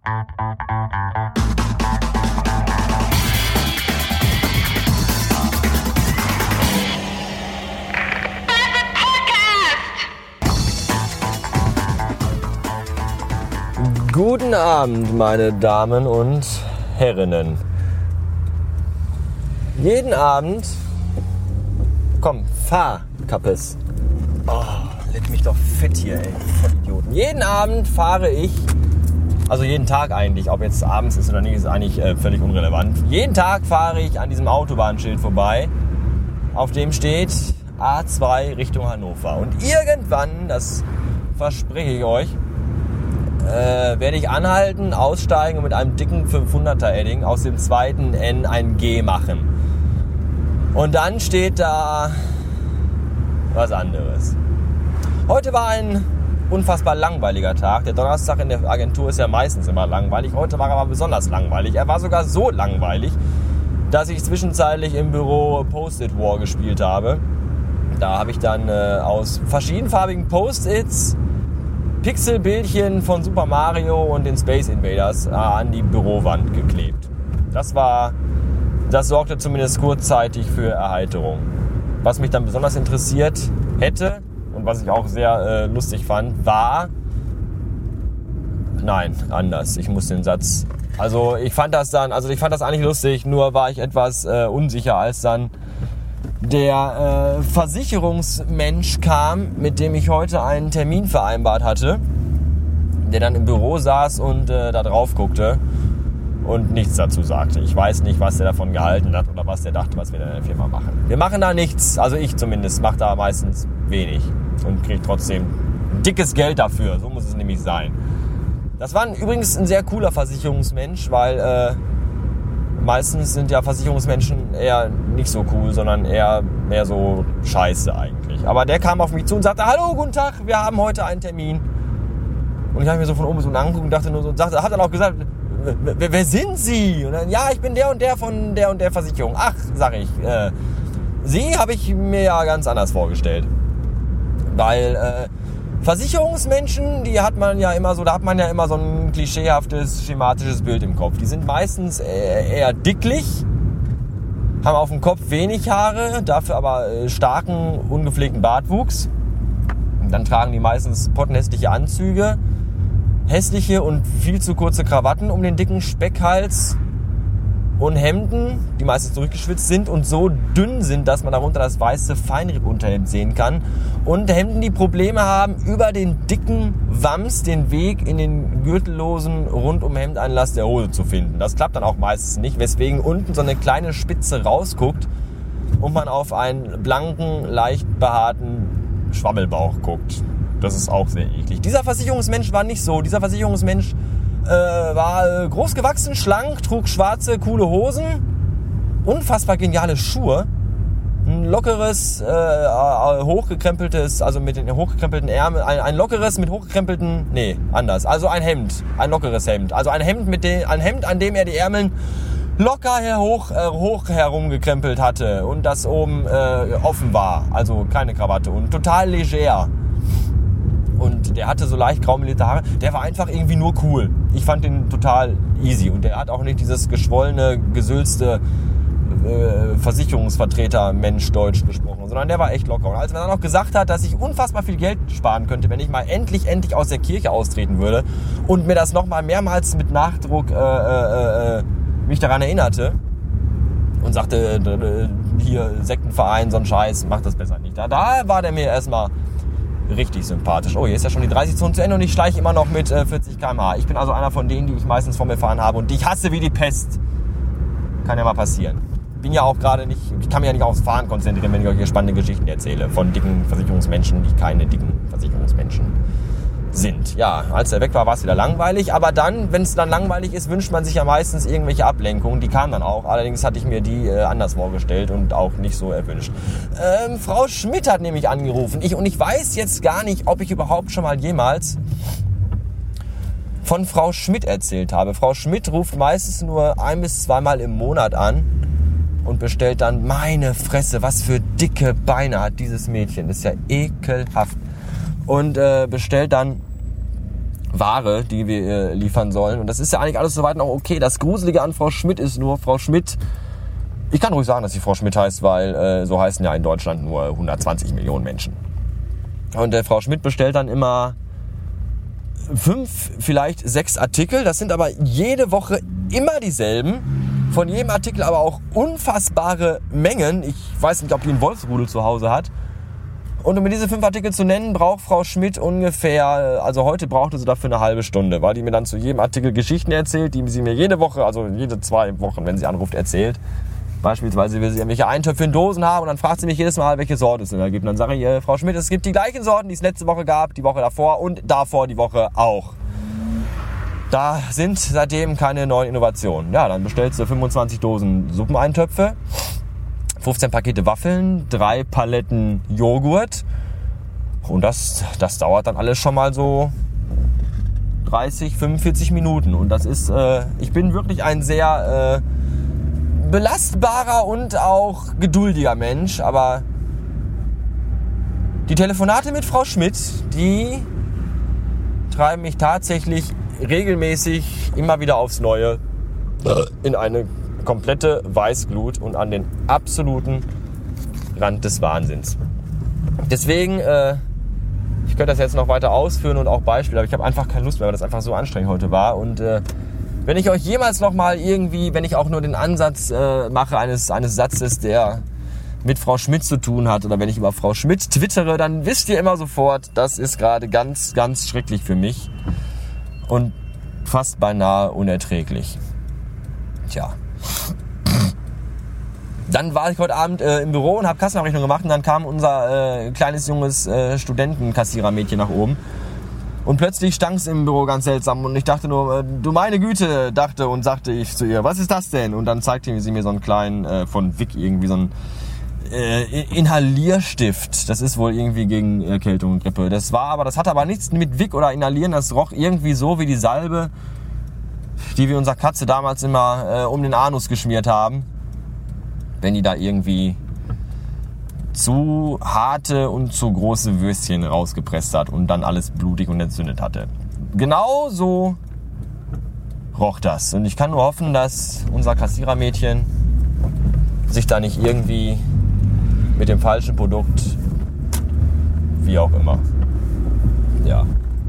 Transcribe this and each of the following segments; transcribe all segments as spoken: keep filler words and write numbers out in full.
Guten Abend, meine Damen und Herrinnen. Jeden Abend... Komm, fahr, Kappes. Oh, leck mich doch fett hier, ey. Idioten. Jeden Abend fahre ich, also jeden Tag eigentlich, ob jetzt abends ist oder nicht, ist eigentlich äh, völlig unrelevant. Jeden Tag fahre ich an diesem Autobahnschild vorbei, auf dem steht A zwei Richtung Hannover. Und irgendwann, das verspreche ich euch, Äh, werde ich anhalten, aussteigen und mit einem dicken fünfhunderter Edding aus dem zweiten N ein G machen. Und dann steht da was anderes. Heute war ein unfassbar langweiliger Tag. Der Donnerstag in der Agentur ist ja meistens immer langweilig. Heute war er aber besonders langweilig. Er war sogar so langweilig, dass ich zwischenzeitlich im Büro Post-it War gespielt habe. Da habe ich dann äh, aus verschiedenfarbigen Post-its Pixelbildchen von Super Mario und den Space Invaders äh, an die Bürowand geklebt. Das war, das sorgte zumindest kurzzeitig für Erheiterung. Was mich dann besonders interessiert hätte und was ich auch sehr äh, lustig fand, war, nein, anders. Ich muss den Satz, also ich fand das dann, also ich fand das eigentlich lustig, nur war ich etwas äh, unsicher, als dann der äh, Versicherungsmensch kam, mit dem ich heute einen Termin vereinbart hatte, der dann im Büro saß und äh, da drauf guckte und nichts dazu sagte. Ich weiß nicht, was der davon gehalten hat oder was der dachte, was wir da in der Firma machen. Wir machen da nichts, also ich zumindest, mache da meistens wenig und kriege trotzdem dickes Geld dafür. So muss es nämlich sein. Das war übrigens ein sehr cooler Versicherungsmensch, weil äh, meistens sind ja Versicherungsmenschen eher nicht so cool, sondern eher mehr so scheiße eigentlich. Aber der kam auf mich zu und sagte, hallo, guten Tag, wir haben heute einen Termin. Und ich habe mir so von oben bis unten angeguckt und dachte nur so, sagte, hat dann auch gesagt, wer, wer sind Sie? Und dann, ja, ich bin der und der von der und der Versicherung. Ach, sag ich, äh, Sie habe ich mir ja ganz anders vorgestellt. Weil, äh, Versicherungsmenschen, die hat man ja immer so, da hat man ja immer so ein klischeehaftes, schematisches Bild im Kopf. Die sind meistens eher dicklich, haben auf dem Kopf wenig Haare, dafür aber starken, ungepflegten Bartwuchs. Dann tragen die meistens pottenhässliche Anzüge, hässliche und viel zu kurze Krawatten um den dicken Speckhals und Hemden, die meistens durchgeschwitzt sind und so dünn sind, dass man darunter das weiße Feinripp-Unterhemd sehen kann. Und Hemden, die Probleme haben, über den dicken Wams den Weg in den gürtellosen Rundum-Hemdeinlass der Hose zu finden. Das klappt dann auch meistens nicht, weswegen unten so eine kleine Spitze rausguckt und man auf einen blanken, leicht behaarten Schwammelbauch guckt. Das ist auch sehr eklig. Dieser Versicherungsmensch war nicht so. Dieser Versicherungsmensch äh, war äh, groß gewachsen, schlank, trug schwarze, coole Hosen, unfassbar geniale Schuhe, ein lockeres, äh, hochgekrempeltes, also mit den hochgekrempelten Ärmeln, ein, ein lockeres mit hochgekrempelten, nee, anders, also ein Hemd, ein lockeres Hemd, also ein Hemd mit dem, ein Hemd, an dem er die Ärmeln locker hoch, äh, hoch herumgekrempelt hatte und das oben äh, offen war, also keine Krawatte und total leger. Und der hatte so leicht graumelierte Haare. Der war einfach irgendwie nur cool. Ich fand den total easy. Und der hat auch nicht dieses geschwollene, gesülzte äh, Versicherungsvertreter-Mensch-Deutsch gesprochen, sondern der war echt locker. Und als er dann noch gesagt hat, dass ich unfassbar viel Geld sparen könnte, wenn ich mal endlich, endlich aus der Kirche austreten würde und mir das nochmal mehrmals mit Nachdruck äh, äh, äh, mich daran erinnerte und sagte, äh, hier Sektenverein, so ein Scheiß, mach das besser nicht. Da, da war der mir erstmal richtig sympathisch. Oh, hier ist ja schon die dreißig-Zone zu Ende und ich schleiche immer noch mit äh, vierzig Kilometer pro Stunde. Ich bin also einer von denen, die ich meistens vor mir fahren habe und die ich hasse wie die Pest. Kann ja mal passieren. Bin ja auch gerade nicht, ich kann mich ja nicht aufs Fahren konzentrieren, wenn ich euch hier spannende Geschichten erzähle von dicken Versicherungsmenschen, die keine dicken Versicherungsmenschen sind. Ja, als er weg war, war es wieder langweilig, aber dann, wenn es dann langweilig ist, wünscht man sich ja meistens irgendwelche Ablenkungen, die kamen dann auch, allerdings hatte ich mir die äh, anders vorgestellt und auch nicht so erwünscht. Ähm, Frau Schmidt hat nämlich angerufen, ich, und ich weiß jetzt gar nicht, ob ich überhaupt schon mal jemals von Frau Schmidt erzählt habe. Frau Schmidt ruft meistens nur ein- bis zweimal im Monat an und bestellt dann, meine Fresse, was für dicke Beine hat dieses Mädchen, das ist ja ekelhaft. Und äh, bestellt dann Ware, die wir äh, liefern sollen. Und das ist ja eigentlich alles soweit noch okay. Das Gruselige an Frau Schmidt ist nur, Frau Schmidt, ich kann ruhig sagen, dass sie Frau Schmidt heißt, weil äh, so heißen ja in Deutschland nur hundertzwanzig Millionen Menschen. Und äh, Frau Schmidt bestellt dann immer fünf, vielleicht sechs Artikel. Das sind aber jede Woche immer dieselben. Von jedem Artikel aber auch unfassbare Mengen. Ich weiß nicht, ob die einen Wolfsrudel zu Hause hat. Und um mir diese fünf Artikel zu nennen, braucht Frau Schmidt ungefähr, also heute brauchte sie dafür eine halbe Stunde, weil die mir dann zu jedem Artikel Geschichten erzählt, die sie mir jede Woche, also jede zwei Wochen, wenn sie anruft, erzählt. Beispielsweise will sie irgendwelche Eintöpfe in Dosen haben und dann fragt sie mich jedes Mal, welche Sorte es denn da gibt. Und dann sage ich, äh, Frau Schmidt, es gibt die gleichen Sorten, die es letzte Woche gab, die Woche davor und davor die Woche auch. Da sind seitdem keine neuen Innovationen. Ja, dann bestellst du fünfundzwanzig Dosen Suppeneintöpfe, fünfzehn Pakete Waffeln, drei Paletten Joghurt und das, das dauert dann alles schon mal so dreißig, fünfundvierzig Minuten. Und das ist, äh, ich bin wirklich ein sehr äh, belastbarer und auch geduldiger Mensch, aber die Telefonate mit Frau Schmidt, die treiben mich tatsächlich regelmäßig immer wieder aufs Neue in eine komplette Weißglut und an den absoluten Rand des Wahnsinns. Deswegen, äh, ich könnte das jetzt noch weiter ausführen und auch Beispiele, aber ich habe einfach keine Lust mehr, weil das einfach so anstrengend heute war. Und äh, wenn ich euch jemals noch mal irgendwie, wenn ich auch nur den Ansatz äh, mache eines, eines Satzes, der mit Frau Schmidt zu tun hat, oder wenn ich über Frau Schmidt twittere, dann wisst ihr immer sofort, das ist gerade ganz, ganz schrecklich für mich und fast beinahe unerträglich. Tja. Dann war ich heute Abend äh, im Büro und habe Kassenabrechnung gemacht und dann kam unser äh, kleines, junges äh, Studentenkassierermädchen nach oben. Und plötzlich stank es im Büro ganz seltsam und ich dachte nur, äh, du meine Güte, dachte und sagte ich zu ihr, was ist das denn? Und dann zeigte sie mir so einen kleinen, äh, von Vic irgendwie so einen äh, Inhalierstift. Das ist wohl irgendwie gegen Erkältung und Grippe. Das war aber, das hatte aber nichts mit Vic oder Inhalieren, das roch irgendwie so wie die Salbe, die wir unserer Katze damals immer äh, um den Anus geschmiert haben, wenn die da irgendwie zu harte und zu große Würstchen rausgepresst hat und dann alles blutig und entzündet hatte. Genau so roch das. Und ich kann nur hoffen, dass unser Kassierermädchen sich da nicht irgendwie mit dem falschen Produkt, wie auch immer, ja,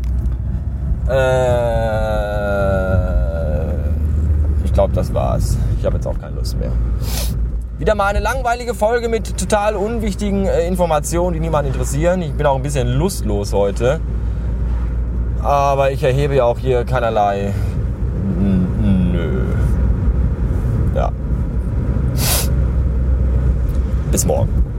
äh, ich glaube, das war's. Ich habe jetzt auch keine Lust mehr. Wieder mal eine langweilige Folge mit total unwichtigen äh, Informationen, die niemanden interessieren. Ich bin auch ein bisschen lustlos heute. Aber ich erhebe ja auch hier keinerlei... Nö. Ja. Bis morgen.